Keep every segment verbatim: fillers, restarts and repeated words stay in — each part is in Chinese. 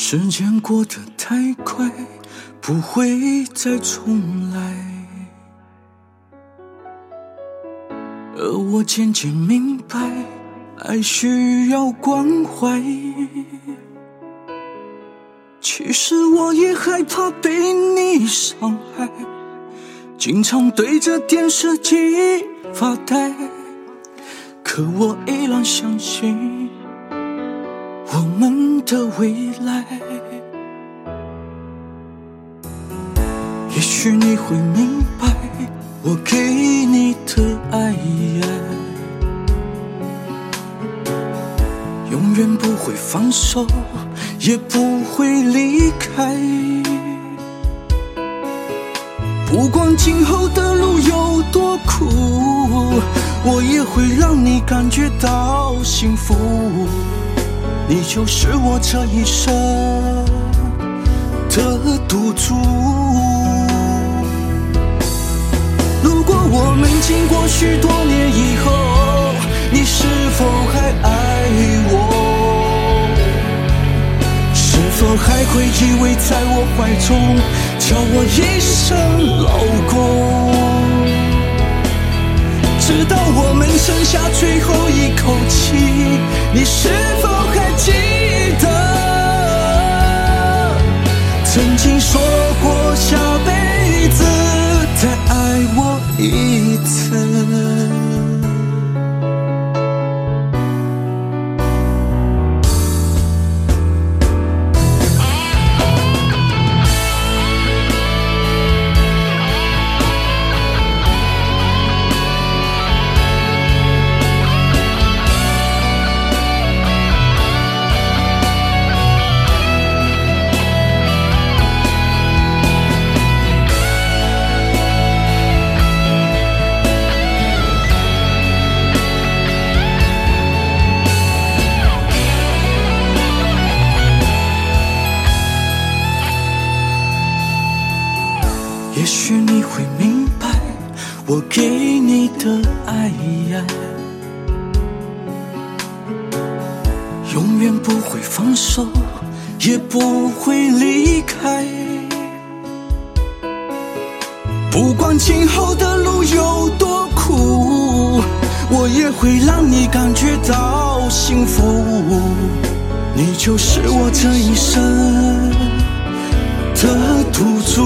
时间过得太快，不会再重来。而我渐渐明白，爱需要关怀。其实我也害怕被你伤害，经常对着电视机发呆。可我依然相信我们的未来。也许你会明白，我给你的爱永远不会放手，也不会离开。不管今后的路有多苦，我也会让你感觉到幸福。你就是我这一生的赌注。如果我们经过许多年以后，你是否还爱我？是否还会依偎在我怀中，叫我一声老公？直到我们剩下最后一口气，你是否还记得曾经说过下辈子再爱我一次？也许你会明白，我给你的爱永远不会放手，也不会离开。不管今后的路有多苦，我也会让你感觉到幸福。你就是我这一生的赌注。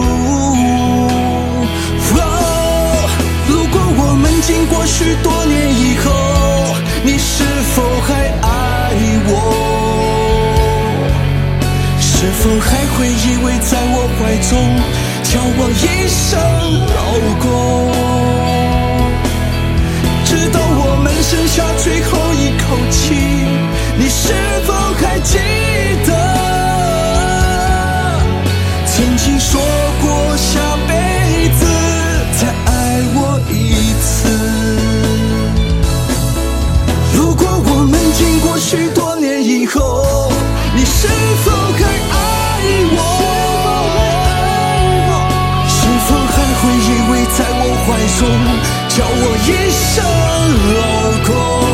如果我们经过许多年以后，你是否还爱我？是否还会依偎在我怀中，叫我一声老公？直到我们剩下最后一口气，你是否还记得曾经说过下辈子再爱我一次？如果我们经过许多年以后，你是否还爱我？是否还会依偎在我怀中，叫我一声老公？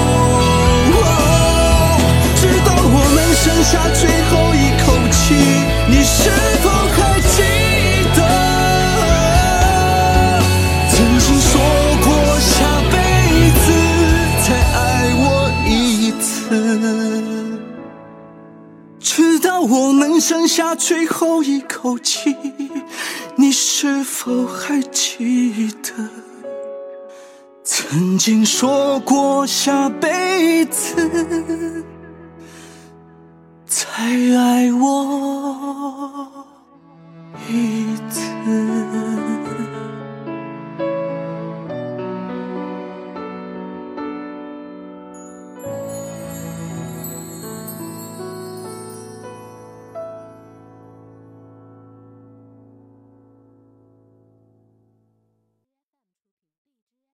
直到我们剩下最后一口气，你是否还记得曾经说过下辈子再爱我一次？直到我们剩下最后一口气，你是否还记得曾经说过下辈子再爱我